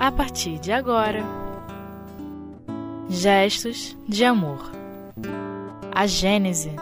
a partir de agora. Gestos de amor. A Gênese.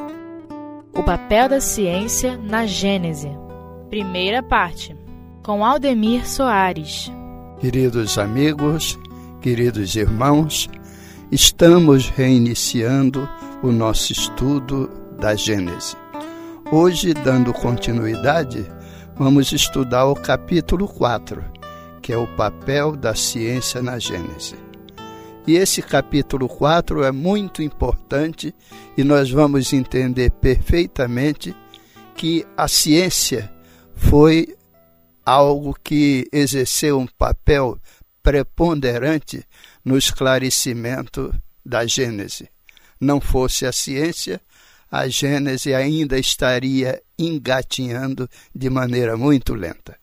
O papel da ciência na Gênese. Primeira parte, com Aldemir Soares. Queridos amigos, queridos irmãos, estamos reiniciando o nosso estudo da Gênese. Hoje, dando continuidade, vamos estudar o capítulo 4, que é o papel da ciência na Gênese. E esse capítulo 4 é muito importante e nós vamos entender perfeitamente que a ciência foi algo que exerceu um papel preponderante no esclarecimento da Gênese. Não fosse a ciência, a Gênese ainda estaria engatinhando de maneira muito lenta.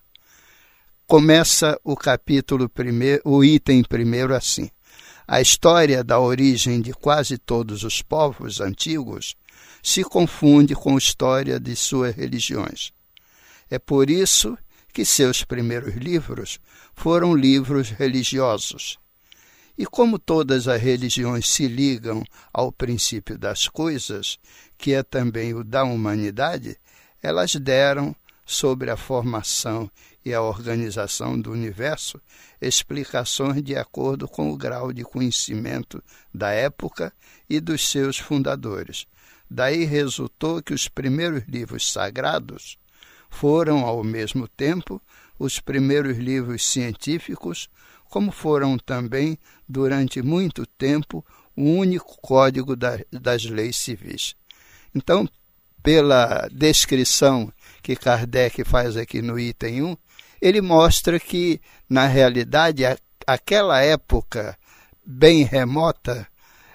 Começa o capítulo primeiro, o item primeiro assim. A história da origem de quase todos os povos antigos se confunde com a história de suas religiões. É por isso que seus primeiros livros foram livros religiosos. E como todas as religiões se ligam ao princípio das coisas, que é também o da humanidade, elas deram, sobre a formação e a organização do universo, explicações de acordo com o grau de conhecimento da época e dos seus fundadores. Daí resultou que os primeiros livros sagrados foram, ao mesmo tempo, os primeiros livros científicos, como foram também, durante muito tempo, o único código das leis civis. Então, pela descrição que Kardec faz aqui no item 1, ele mostra que, na realidade, aquela época bem remota,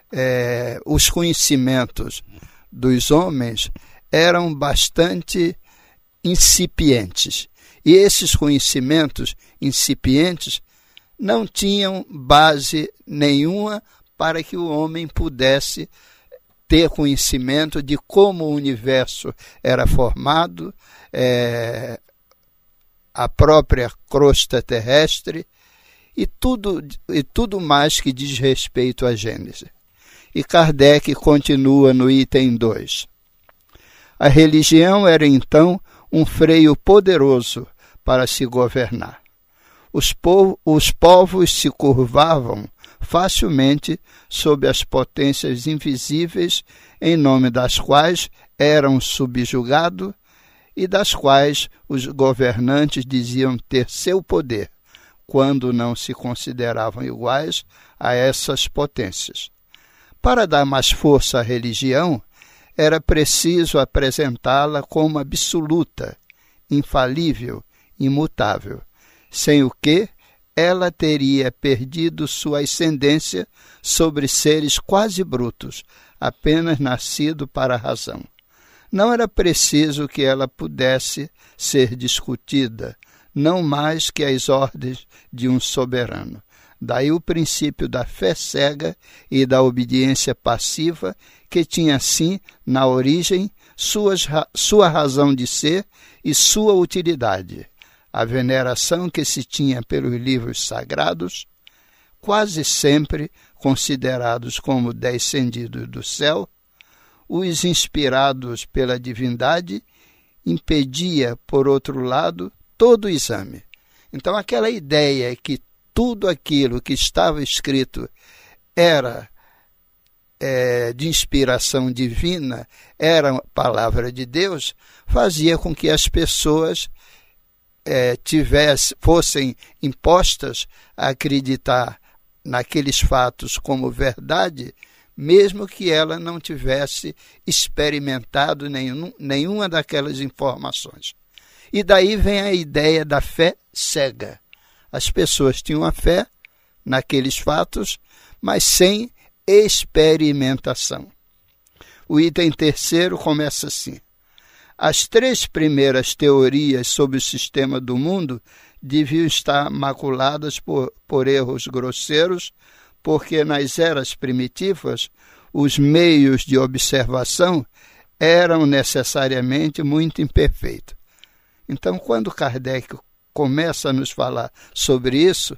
os conhecimentos dos homens eram bastante incipientes. E esses conhecimentos incipientes não tinham base nenhuma para que o homem pudesse ter conhecimento de como o universo era formado, a própria crosta terrestre e tudo mais que diz respeito à Gênese. E Kardec continua no item 2. A religião era então um freio poderoso para se governar. Os povos se curvavam facilmente sob as potências invisíveis em nome das quais eram subjugados e das quais os governantes diziam ter seu poder, quando não se consideravam iguais a essas potências. Para dar mais força à religião, era preciso apresentá-la como absoluta, infalível, imutável, sem o que ela teria perdido sua ascendência sobre seres quase brutos, apenas nascido para a razão. Não era preciso que ela pudesse ser discutida, não mais que as ordens de um soberano. Daí o princípio da fé cega e da obediência passiva, que tinha, assim, na origem, sua razão de ser e sua utilidade. A veneração que se tinha pelos livros sagrados, quase sempre considerados como descendidos do céu, os inspirados pela divindade, impedia, por outro lado, todo o exame. Então, aquela ideia que tudo aquilo que estava escrito era de inspiração divina, era a palavra de Deus, fazia com que as pessoas fossem impostas a acreditar naqueles fatos como verdade, mesmo que ela não tivesse experimentado nenhuma daquelas informações. E daí vem a ideia da fé cega. As pessoas tinham a fé naqueles fatos, mas sem experimentação. O item terceiro começa assim. As 3 primeiras teorias sobre o sistema do mundo deviam estar maculadas por erros grosseiros, porque nas eras primitivas os meios de observação eram necessariamente muito imperfeitos. Então, quando Kardec começa a nos falar sobre isso,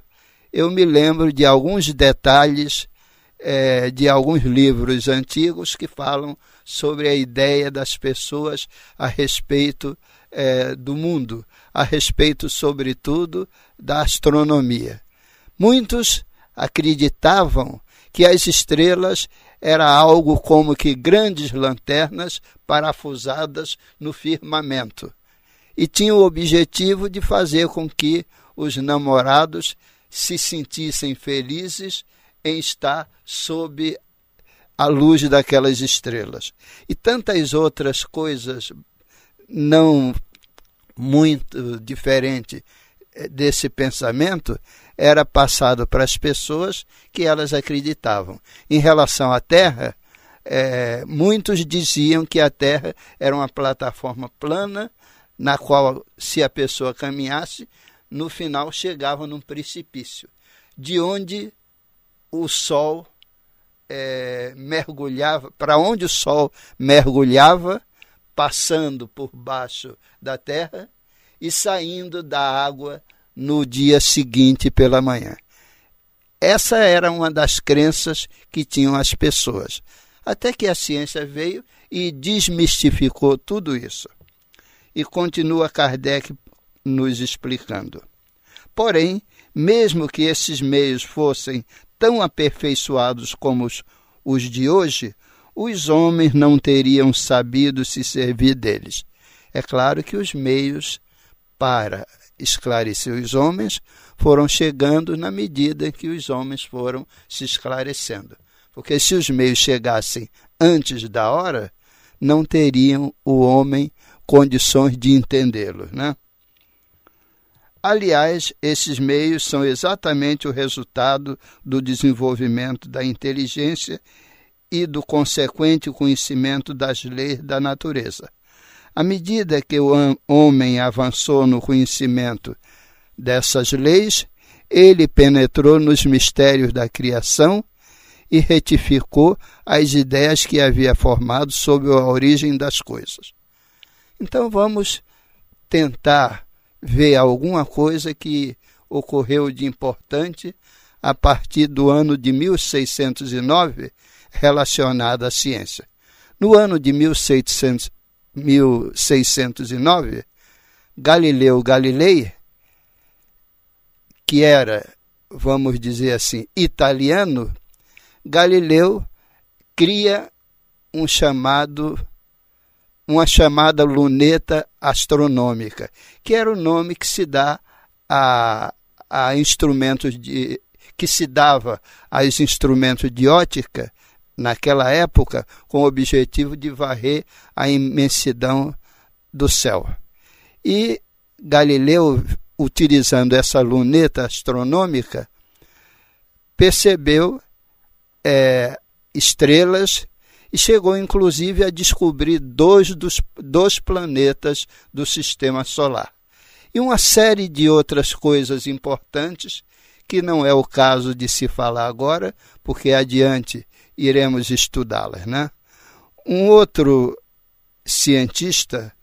eu me lembro de alguns detalhes de alguns livros antigos que falam sobre a ideia das pessoas a respeito do mundo, a respeito, sobretudo, da astronomia. Muitos acreditavam que as estrelas era algo como que grandes lanternas parafusadas no firmamento e tinham o objetivo de fazer com que os namorados se sentissem felizes em estar sob a luz daquelas estrelas. E tantas outras coisas não muito diferentes desse pensamento era passado para as pessoas que elas acreditavam. Em relação à Terra, muitos diziam que a Terra era uma plataforma plana, na qual, se a pessoa caminhasse, no final chegava num precipício, de onde o Sol mergulhava, para onde o Sol mergulhava, passando por baixo da Terra e saindo da água no dia seguinte pela manhã. Essa era uma das crenças que tinham as pessoas, até que a ciência veio e desmistificou tudo isso. E continua Kardec nos explicando. Porém, mesmo que esses meios fossem tão aperfeiçoados como os de hoje, os homens não teriam sabido se servir deles. É claro que os meios para esclarecer os homens foram chegando na medida em que os homens foram se esclarecendo. Porque se os meios chegassem antes da hora, não teriam o homem condições de entendê-los, né? Aliás, esses meios são exatamente o resultado do desenvolvimento da inteligência e do consequente conhecimento das leis da natureza. À medida que o homem avançou no conhecimento dessas leis, ele penetrou nos mistérios da criação e retificou as ideias que havia formado sobre a origem das coisas. Então vamos tentar ver alguma coisa que ocorreu de importante a partir do ano de 1609 relacionada à ciência. No ano de 1609, Galileu Galilei, que era, vamos dizer assim, italiano, Galileu cria uma chamada luneta astronômica, que era o nome que se dá a instrumentos que se dava aos instrumentos de ótica naquela época, com o objetivo de varrer a imensidão do céu. E Galileu, utilizando essa luneta astronômica, percebeu estrelas e chegou inclusive a descobrir dois planetas do sistema solar. E uma série de outras coisas importantes que não é o caso de se falar agora, porque adiante iremos estudá-las, né? Um outro cientista,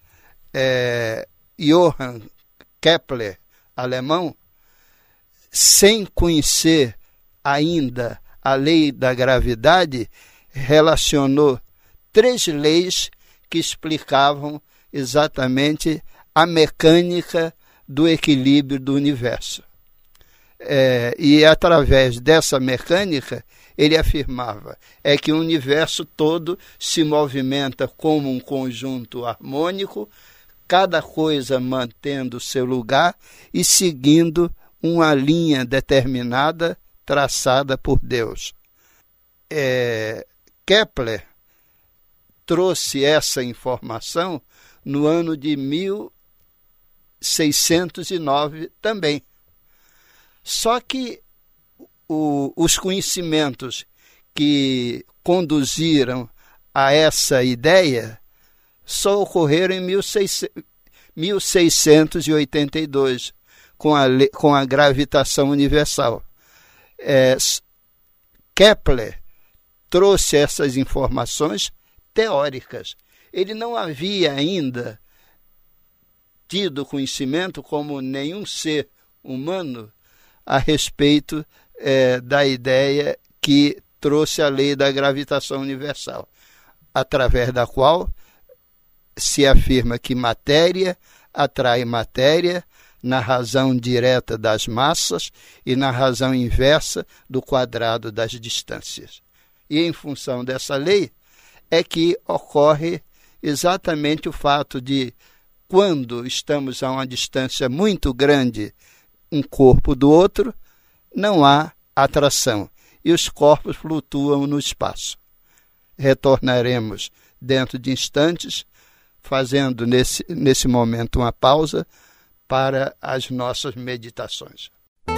Johann Kepler, alemão, sem conhecer ainda a lei da gravidade, relacionou 3 leis que explicavam exatamente a mecânica do equilíbrio do universo. E através dessa mecânica, ele afirmava que o universo todo se movimenta como um conjunto harmônico, cada coisa mantendo seu lugar e seguindo uma linha determinada traçada por Deus. Kepler trouxe essa informação no ano de 1609 também. Só que os conhecimentos que conduziram a essa ideia só ocorreram em 1682, com a gravitação universal. Kepler trouxe essas informações teóricas. Ele não havia ainda tido conhecimento, como nenhum ser humano, a respeito da ideia que trouxe a lei da gravitação universal, através da qual se afirma que matéria atrai matéria na razão direta das massas e na razão inversa do quadrado das distâncias. E em função dessa lei é que ocorre exatamente o fato de, quando estamos a uma distância muito grande um corpo do outro, não há atração e os corpos flutuam no espaço. Retornaremos dentro de instantes, fazendo nesse momento uma pausa para as nossas meditações.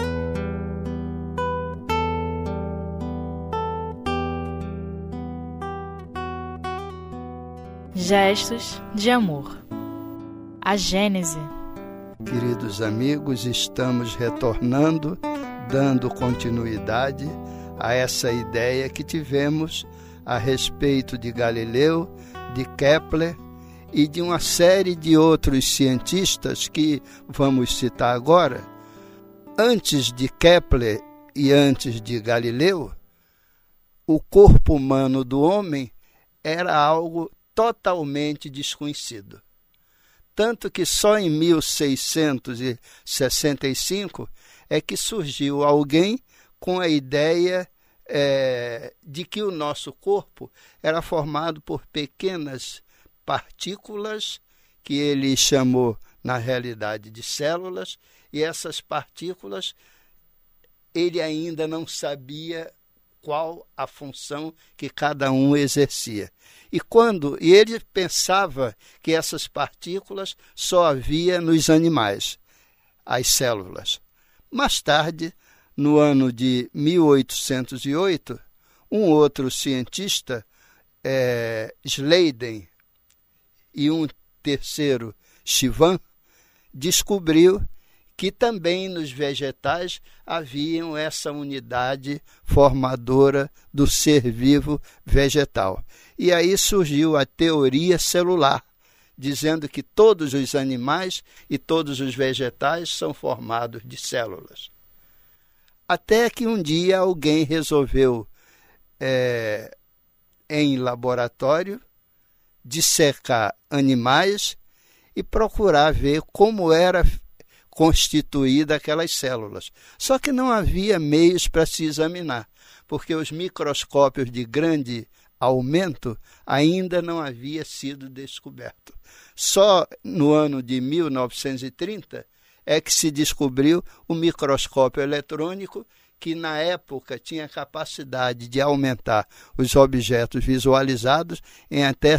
Gestos de amor. A Gênese. Queridos amigos, estamos retornando, dando continuidade a essa ideia que tivemos a respeito de Galileu, de Kepler e de uma série de outros cientistas que vamos citar agora. Antes de Kepler e antes de Galileu, o corpo humano do homem era algo totalmente desconhecido. Tanto que só em 1665 é que surgiu alguém com a ideia de que o nosso corpo era formado por pequenas partículas, que ele chamou, na realidade, de células, e essas partículas ele ainda não sabia qual a função que cada um exercia. E ele pensava que essas partículas só havia nos animais, as células. Mais tarde, no ano de 1808, um outro cientista, Schleiden, e um terceiro, Chivan, descobriu que também nos vegetais haviam essa unidade formadora do ser vivo vegetal. E aí surgiu a teoria celular, dizendo que todos os animais e todos os vegetais são formados de células. Até que um dia alguém resolveu, em laboratório, dissecar animais e procurar ver como era constituída aquelas células. Só que não havia meios para se examinar, porque os microscópios de grande aumento ainda não havia sido descoberto. Só no ano de 1930 é que se descobriu o microscópio eletrônico, que na época tinha capacidade de aumentar os objetos visualizados em até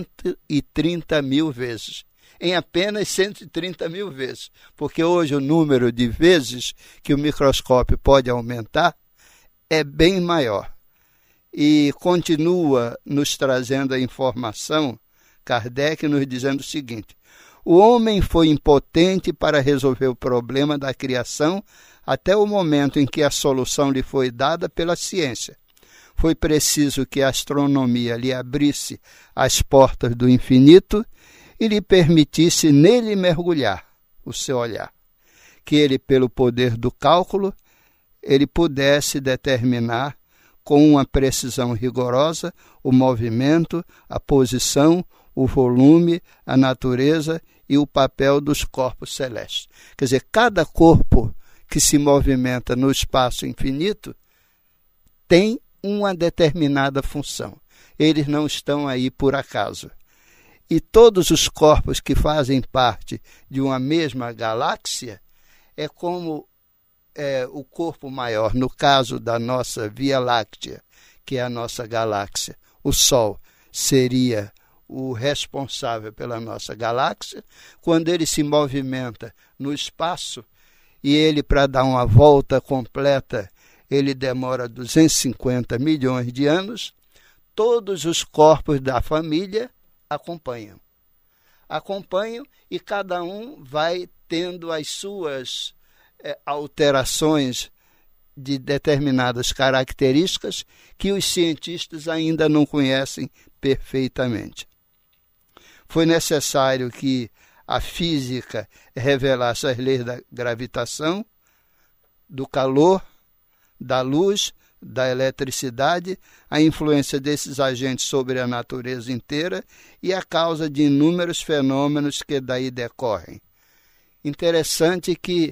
130 mil vezes. Em apenas 130 mil vezes. Porque hoje o número de vezes que o microscópio pode aumentar é bem maior. E continua nos trazendo a informação, Kardec nos dizendo o seguinte: o homem foi impotente para resolver o problema da criação até o momento em que a solução lhe foi dada pela ciência. Foi preciso que a astronomia lhe abrisse as portas do infinito e lhe permitisse nele mergulhar o seu olhar, que ele, pelo poder do cálculo, ele pudesse determinar com uma precisão rigorosa o movimento, a posição, o volume, a natureza e o papel dos corpos celestes. Quer dizer, cada corpo que se movimenta no espaço infinito tem uma determinada função. Eles não estão aí por acaso. E todos os corpos que fazem parte de uma mesma galáxia é como o corpo maior, no caso da nossa Via Láctea, que é a nossa galáxia. O Sol seria o responsável pela nossa galáxia. Quando ele se movimenta no espaço, e ele, para dar uma volta completa, ele demora 250 milhões de anos, todos os corpos da família acompanham e cada um vai tendo as suas alterações de determinadas características que os cientistas ainda não conhecem perfeitamente. Foi necessário que a física revelasse as leis da gravitação do calor, da luz, da eletricidade, a influência desses agentes sobre a natureza inteira e a causa de inúmeros fenômenos que daí decorrem. Interessante que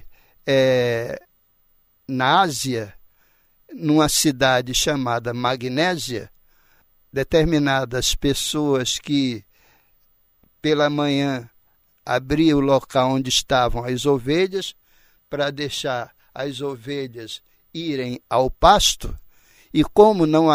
na Ásia, numa cidade chamada Magnésia, determinadas pessoas que pela manhã abriam o local onde estavam as ovelhas para deixar as ovelhas irem ao pasto, e como não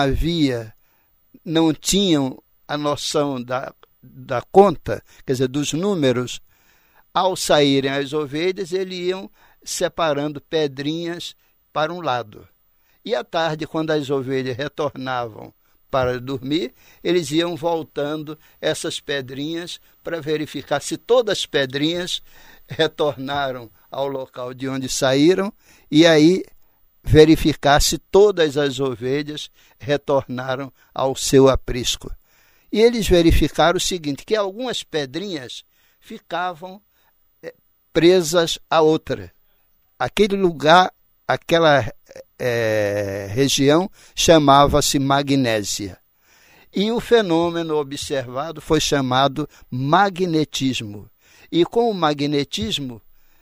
tinham a noção da conta, quer dizer, dos números, ao saírem as ovelhas, eles iam separando pedrinhas para um lado. E à tarde, quando as ovelhas retornavam para dormir, eles iam voltando essas pedrinhas para verificar se todas as pedrinhas retornaram ao local de onde saíram, e aí verificar se todas as ovelhas retornaram ao seu aprisco. E eles verificaram o seguinte, que algumas pedrinhas ficavam presas a outra. Aquele lugar, aquela região chamava-se Magnésia. E o fenômeno observado foi chamado magnetismo. E com o magnetismo,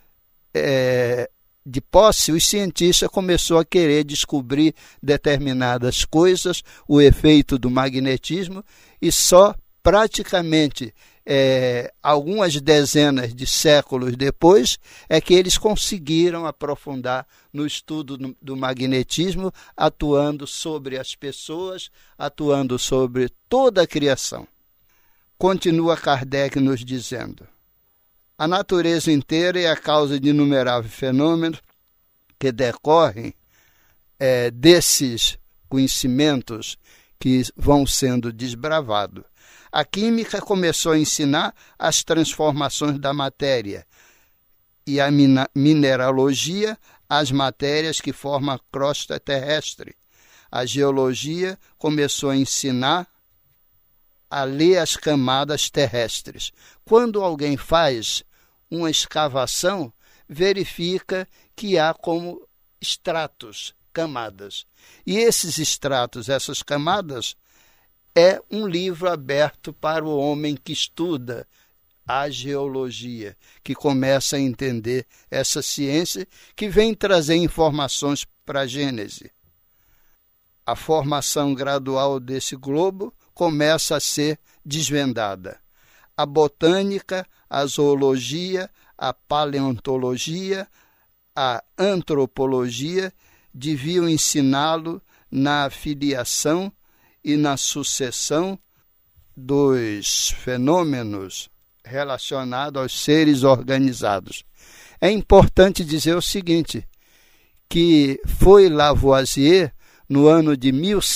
de posse, os cientistas começaram a querer descobrir determinadas coisas, o efeito do magnetismo, e só praticamente algumas dezenas de séculos depois é que eles conseguiram aprofundar no estudo do magnetismo, atuando sobre as pessoas, atuando sobre toda a criação. Continua Kardec nos dizendo: a natureza inteira é a causa de inumeráveis fenômenos que decorrem desses conhecimentos que vão sendo desbravados. A química começou a ensinar as transformações da matéria e a mineralogia as matérias que formam a crosta terrestre. A geologia começou a ensinar a ler as camadas terrestres. Quando alguém faz uma escavação, verifica que há como estratos, camadas. E esses estratos, essas camadas, é um livro aberto para o homem que estuda a geologia, que começa a entender essa ciência que vem trazer informações para a Gênese. A formação gradual desse globo começa a ser desvendada. A botânica, a zoologia, a paleontologia, a antropologia deviam ensiná-lo na filiação e na sucessão dos fenômenos relacionados aos seres organizados. É importante dizer o seguinte, que foi Lavoisier, no ano de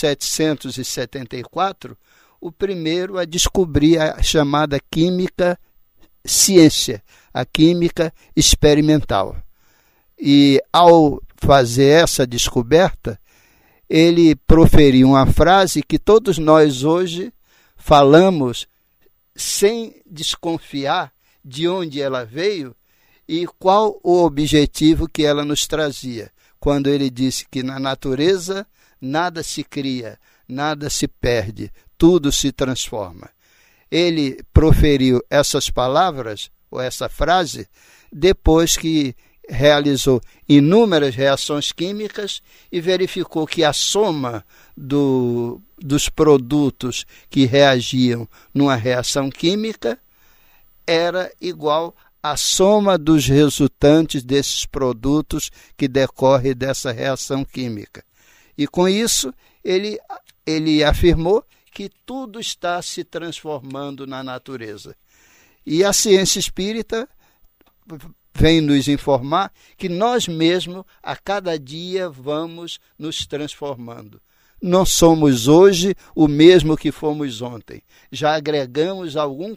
1774, o primeiro a descobrir a chamada química ciência, a química experimental. E ao fazer essa descoberta, ele proferiu uma frase que todos nós hoje falamos sem desconfiar de onde ela veio e qual o objetivo que ela nos trazia, quando ele disse que na natureza nada se cria, nada se perde, tudo se transforma. Ele proferiu essas palavras, ou essa frase, depois que realizou inúmeras reações químicas e verificou que a soma dos produtos que reagiam numa reação química era igual à soma dos resultantes desses produtos que decorrem dessa reação química. E com isso, ele afirmou que tudo está se transformando na natureza. E a ciência espírita vem nos informar que nós mesmos, a cada dia, vamos nos transformando. Não somos hoje o mesmo que fomos ontem. Já agregamos algum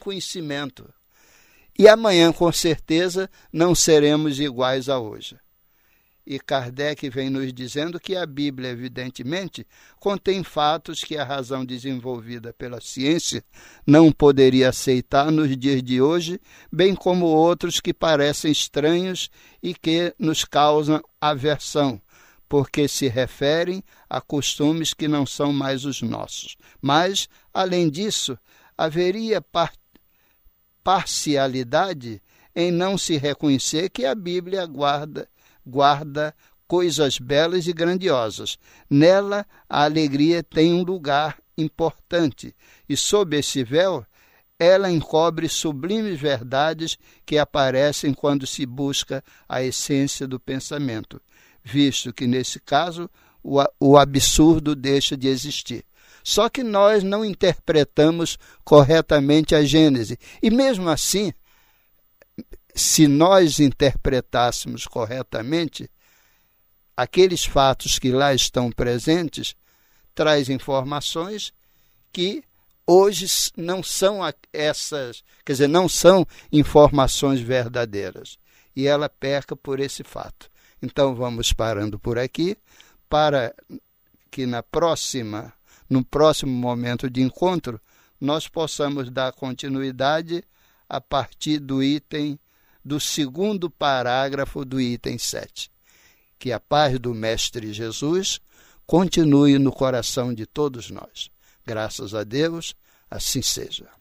E Kardec vem nos dizendo que a Bíblia, evidentemente, contém fatos que a razão desenvolvida pela ciência não poderia aceitar nos dias de hoje, bem como outros que parecem estranhos e que nos causam aversão, porque se referem a costumes que não são mais os nossos. Mas, além disso, haveria parcialidade em não se reconhecer que a Bíblia guarda coisas belas e grandiosas. Nela, a alegria tem um lugar importante, e sob esse véu, ela encobre sublimes verdades que aparecem quando se busca a essência do pensamento, visto que, nesse caso, o absurdo deixa de existir. Só que nós não interpretamos corretamente a Gênese, e mesmo assim, se nós interpretássemos corretamente, aqueles fatos que lá estão presentes traz informações que hoje não são essas, quer dizer, não são informações verdadeiras. E ela peca por esse fato. Então vamos parando por aqui para que no próximo momento de encontro nós possamos dar continuidade a partir do segundo parágrafo do item 7. Que a paz do Mestre Jesus continue no coração de todos nós. Graças a Deus, assim seja.